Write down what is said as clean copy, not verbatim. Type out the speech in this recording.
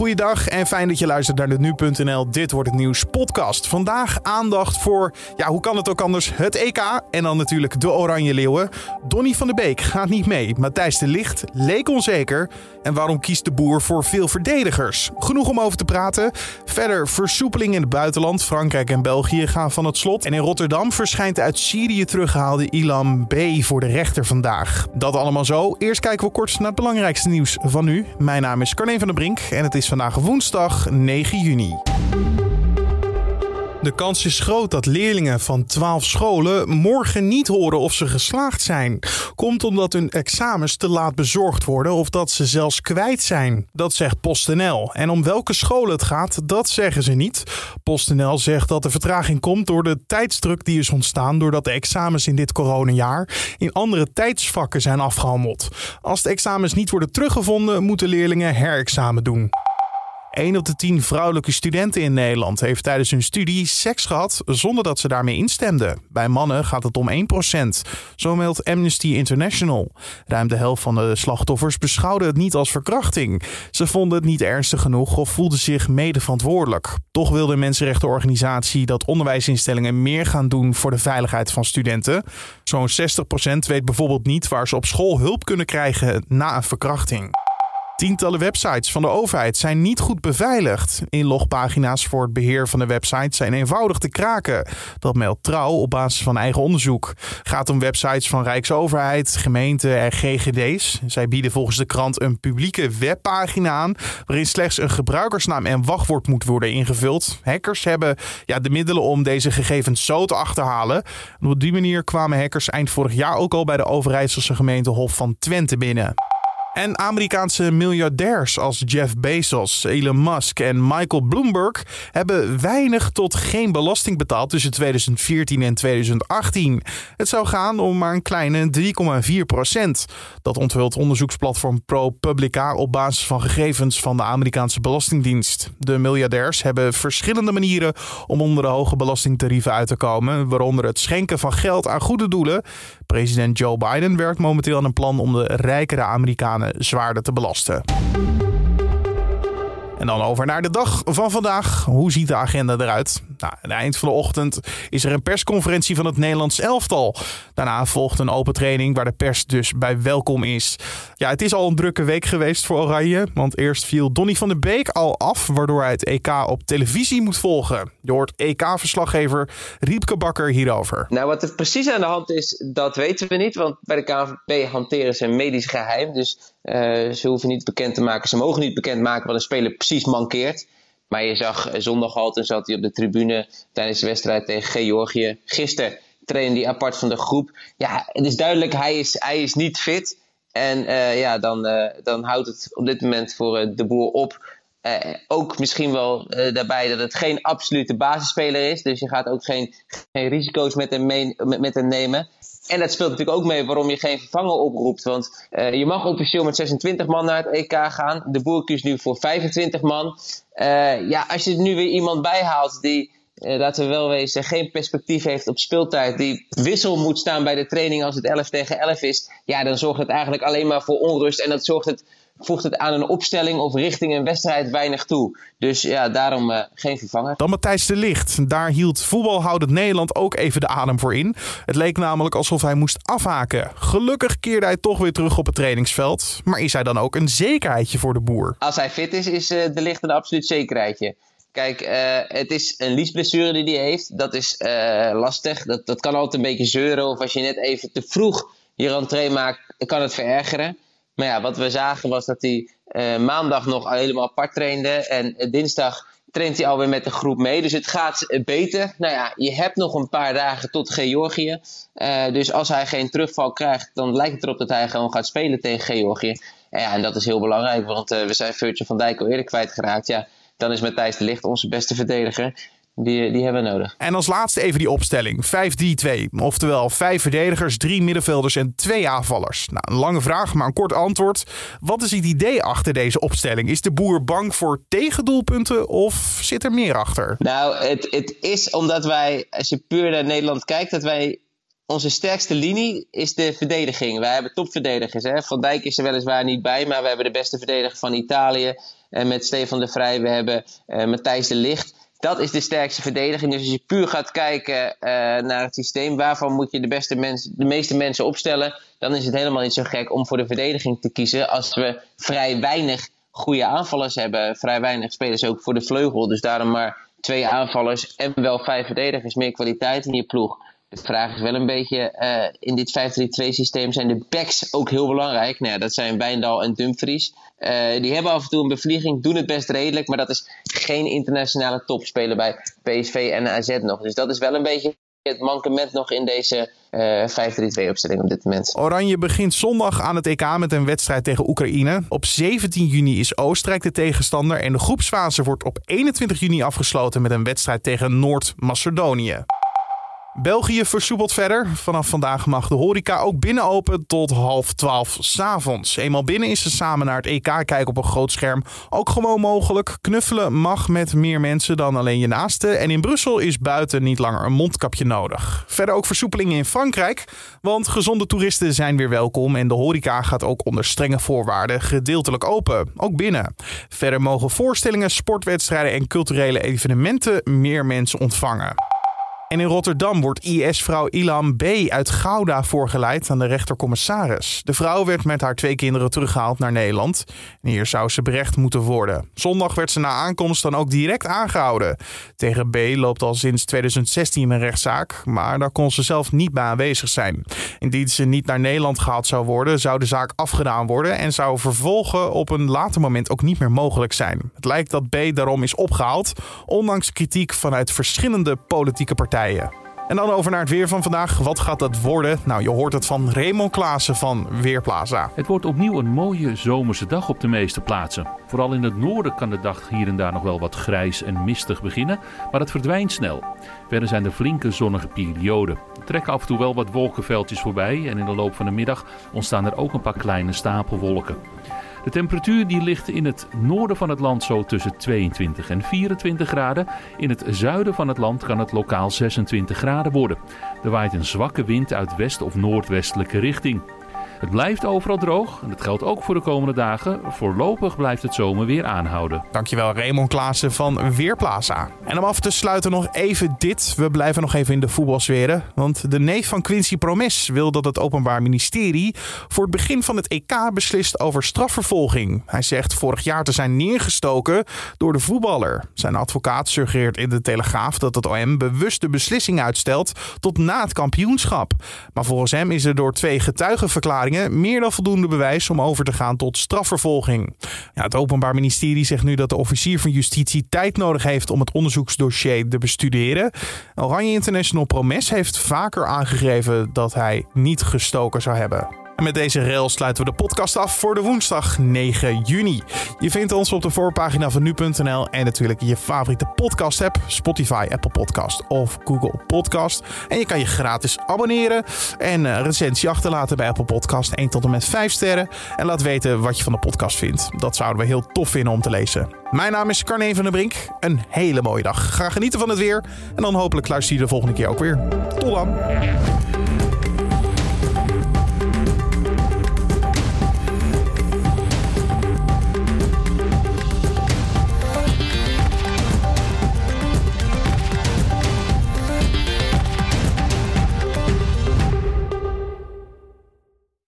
goeiedag en fijn dat je luistert naar de Nu.nl Dit Wordt Het Nieuws podcast. Vandaag aandacht voor, hoe kan het ook anders, het EK en dan natuurlijk de Oranje Leeuwen. Donny van de Beek gaat niet mee. Matthijs de Ligt leek onzeker. En waarom kiest de boer voor veel verdedigers? Genoeg om over te praten. Verder versoepeling in het buitenland. Frankrijk en België gaan van het slot. En in Rotterdam verschijnt de uit Syrië teruggehaalde Ilham B. voor de rechter vandaag. Dat allemaal zo. Eerst kijken we kort naar het belangrijkste nieuws van nu. Mijn naam is Carne van der Brink en het is vandaag woensdag 9 juni. De kans is groot dat leerlingen van 12 scholen morgen niet horen of ze geslaagd zijn. Komt omdat hun examens te laat bezorgd worden of dat ze zelfs kwijt zijn. Dat zegt PostNL. En om welke scholen het gaat, dat zeggen ze niet. PostNL zegt dat de vertraging komt door de tijdsdruk die is ontstaan doordat de examens in dit coronajaar in andere tijdsvakken zijn afgehandeld. Als de examens niet worden teruggevonden, moeten leerlingen herexamen doen. 1 op de 10 vrouwelijke studenten in Nederland heeft tijdens hun studie seks gehad zonder dat ze daarmee instemden. Bij mannen gaat het om 1%. Zo meldt Amnesty International. Ruim de helft van de slachtoffers beschouwde het niet als verkrachting. Ze vonden het niet ernstig genoeg of voelden zich mede verantwoordelijk. Toch wil de mensenrechtenorganisatie dat onderwijsinstellingen meer gaan doen voor de veiligheid van studenten. Zo'n 60% weet bijvoorbeeld niet waar ze op school hulp kunnen krijgen na een verkrachting. Tientallen websites van de overheid zijn niet goed beveiligd. Inlogpagina's voor het beheer van de website zijn eenvoudig te kraken. Dat meldt Trouw op basis van eigen onderzoek. Het gaat om websites van Rijksoverheid, gemeenten en GGD's. Zij bieden volgens de krant een publieke webpagina aan waarin slechts een gebruikersnaam en wachtwoord moet worden ingevuld. Hackers hebben de middelen om deze gegevens zo te achterhalen. En op die manier kwamen hackers eind vorig jaar ook al bij de Overijsselse gemeente Hof van Twente binnen. En Amerikaanse miljardairs als Jeff Bezos, Elon Musk en Michael Bloomberg hebben weinig tot geen belasting betaald tussen 2014 en 2018. Het zou gaan om maar een kleine 3,4%. Dat onthult onderzoeksplatform ProPublica op basis van gegevens van de Amerikaanse Belastingdienst. De miljardairs hebben verschillende manieren om onder de hoge belastingtarieven uit te komen, waaronder het schenken van geld aan goede doelen. President Joe Biden werkt momenteel aan een plan om de rijkere Amerikanen zwaarder te belasten. En dan over naar de dag van vandaag. Hoe ziet de agenda eruit? Aan het eind van de ochtend is er een persconferentie van het Nederlands elftal. Daarna volgt een open training waar de pers dus bij welkom is. Het is al een drukke week geweest voor Oranje. Want eerst viel Donny van de Beek al af, waardoor hij het EK op televisie moet volgen. Je hoort EK-verslaggever Riepke Bakker hierover. Nou, wat er precies aan de hand is, dat weten we niet. Want bij de KNVB hanteren ze een medisch geheim. Dus ze hoeven niet bekend te maken. Ze mogen niet bekend maken wat een speler precies mankeert. Maar je zag zondag al, toen zat hij op de tribune tijdens de wedstrijd tegen Georgië. Gisteren trainde hij apart van de groep. Ja, het is duidelijk, hij is niet fit. En dan houdt het op dit moment voor de boer op. Ook misschien wel daarbij dat het geen absolute basisspeler is. Dus je gaat ook geen risico's met hem nemen. En dat speelt natuurlijk ook mee waarom je geen vervanger oproept. Want je mag officieel met 26 man naar het EK gaan. De boer kiest nu voor 25 man. Als je er nu weer iemand bijhaalt die, laten we wel wezen, geen perspectief heeft op speeltijd. Die wissel moet staan bij de training als het 11 tegen 11 is. Ja, dan zorgt het eigenlijk alleen maar voor onrust. En dat voegt het aan een opstelling of richting een wedstrijd weinig toe. Dus daarom geen vervanger. Dan Matthijs de Ligt. Daar hield voetbalhoudend Nederland ook even de adem voor in. Het leek namelijk alsof hij moest afhaken. Gelukkig keerde hij toch weer terug op het trainingsveld. Maar is hij dan ook een zekerheidje voor de boer? Als hij fit is de Ligt een absoluut zekerheidje. Kijk, het is een liesblessure die hij heeft. Dat is lastig. Dat kan altijd een beetje zeuren. Of als je net even te vroeg je rentree maakt, kan het verergeren. Maar wat we zagen was dat hij maandag nog helemaal apart trainde. En dinsdag traint hij alweer met de groep mee. Dus het gaat beter. Je hebt nog een paar dagen tot Georgië. Dus als hij geen terugval krijgt, dan lijkt het erop dat hij gewoon gaat spelen tegen Georgië. En dat is heel belangrijk, want we zijn Virgil van Dijk al eerder kwijtgeraakt. Dan is Matthijs de Ligt onze beste verdediger. Die hebben we nodig. En als laatste even die opstelling. 5-3-2. Oftewel 5 verdedigers, 3 middenvelders en 2 aanvallers. Een lange vraag, maar een kort antwoord. Wat is het idee achter deze opstelling? Is de boer bang voor tegendoelpunten of zit er meer achter? Nou, het is omdat wij, als je puur naar Nederland kijkt, dat wij onze sterkste linie is de verdediging. Wij hebben topverdedigers. Van Dijk is er weliswaar niet bij, maar we hebben de beste verdediger van Italië. met Stefan de Vrij. We hebben Matthijs de Ligt. Dat is de sterkste verdediging. Dus als je puur gaat kijken naar het systeem, waarvan moet je de meeste mensen opstellen, dan is het helemaal niet zo gek om voor de verdediging te kiezen als we vrij weinig goede aanvallers hebben. Vrij weinig spelers ook voor de vleugel. Dus daarom maar 2 aanvallers en wel 5 verdedigers. Meer kwaliteit in je ploeg. De vraag is wel een beetje, in dit 5-3-2 systeem zijn de backs ook heel belangrijk. Nou ja, dat zijn Wijndal en Dumfries. Die hebben af en toe een bevlieging, doen het best redelijk. Maar dat is geen internationale topspeler bij PSV en AZ nog. Dus dat is wel een beetje het mankement nog in deze 5-3-2 opstelling op dit moment. Oranje begint zondag aan het EK met een wedstrijd tegen Oekraïne. Op 17 juni is Oostenrijk de tegenstander. En de groepsfase wordt op 21 juni afgesloten met een wedstrijd tegen Noord-Macedonië. België versoepelt verder. Vanaf vandaag mag de horeca ook binnen open tot 11:30 s'avonds. Eenmaal binnen is ze samen naar het EK kijken op een groot scherm ook gewoon mogelijk. Knuffelen mag met meer mensen dan alleen je naaste. En in Brussel is buiten niet langer een mondkapje nodig. Verder ook versoepelingen in Frankrijk. Want gezonde toeristen zijn weer welkom. En de horeca gaat ook onder strenge voorwaarden gedeeltelijk open. Ook binnen. Verder mogen voorstellingen, sportwedstrijden en culturele evenementen meer mensen ontvangen. En in Rotterdam wordt IS-vrouw Ilham B. uit Gouda voorgeleid aan de rechtercommissaris. De vrouw werd met haar 2 kinderen teruggehaald naar Nederland. En hier zou ze berecht moeten worden. Zondag werd ze na aankomst dan ook direct aangehouden. Tegen B. loopt al sinds 2016 een rechtszaak, maar daar kon ze zelf niet bij aanwezig zijn. Indien ze niet naar Nederland gehaald zou worden, zou de zaak afgedaan worden en zou vervolgen op een later moment ook niet meer mogelijk zijn. Het lijkt dat B. daarom is opgehaald, ondanks kritiek vanuit verschillende politieke partijen. En dan over naar het weer van vandaag. Wat gaat dat worden? Nou, je hoort het van Raymond Klaassen van Weerplaza. Het wordt opnieuw een mooie zomerse dag op de meeste plaatsen. Vooral in het noorden kan de dag hier en daar nog wel wat grijs en mistig beginnen, maar het verdwijnt snel. Verder zijn er flinke zonnige perioden. Er trekken af en toe wel wat wolkenveldjes voorbij en in de loop van de middag ontstaan er ook een paar kleine stapelwolken. De temperatuur die ligt in het noorden van het land zo tussen 22 en 24 graden. In het zuiden van het land kan het lokaal 26 graden worden. Er waait een zwakke wind uit west- of noordwestelijke richting. Het blijft overal droog en dat geldt ook voor de komende dagen. Voorlopig blijft het zomer weer aanhouden. Dankjewel Raymond Klaassen van Weerplaza. En om af te sluiten nog even dit. We blijven nog even in de voetbalsferen. Want de neef van Quincy Promes wil dat het Openbaar Ministerie voor het begin van het EK beslist over strafvervolging. Hij zegt vorig jaar te zijn neergestoken door de voetballer. Zijn advocaat suggereert in de Telegraaf dat het OM bewust de beslissing uitstelt tot na het kampioenschap. Maar volgens hem is er door 2 getuigenverklaringen meer dan voldoende bewijs om over te gaan tot strafvervolging. Ja, het Openbaar Ministerie zegt nu dat de officier van justitie tijd nodig heeft om het onderzoeksdossier te bestuderen. Oranje International Promes heeft vaker aangegeven dat hij niet gestoken zou hebben. En met deze rail sluiten we de podcast af voor de woensdag 9 juni. Je vindt ons op de voorpagina van nu.nl en natuurlijk je favoriete podcast app, Spotify, Apple Podcast of Google Podcast. En je kan je gratis abonneren en een recensie achterlaten bij Apple Podcast 1 tot en met 5 sterren. En laat weten wat je van de podcast vindt. Dat zouden we heel tof vinden om te lezen. Mijn naam is Carne van der Brink. Een hele mooie dag. Ga genieten van het weer en dan hopelijk luister je de volgende keer ook weer. Tot dan!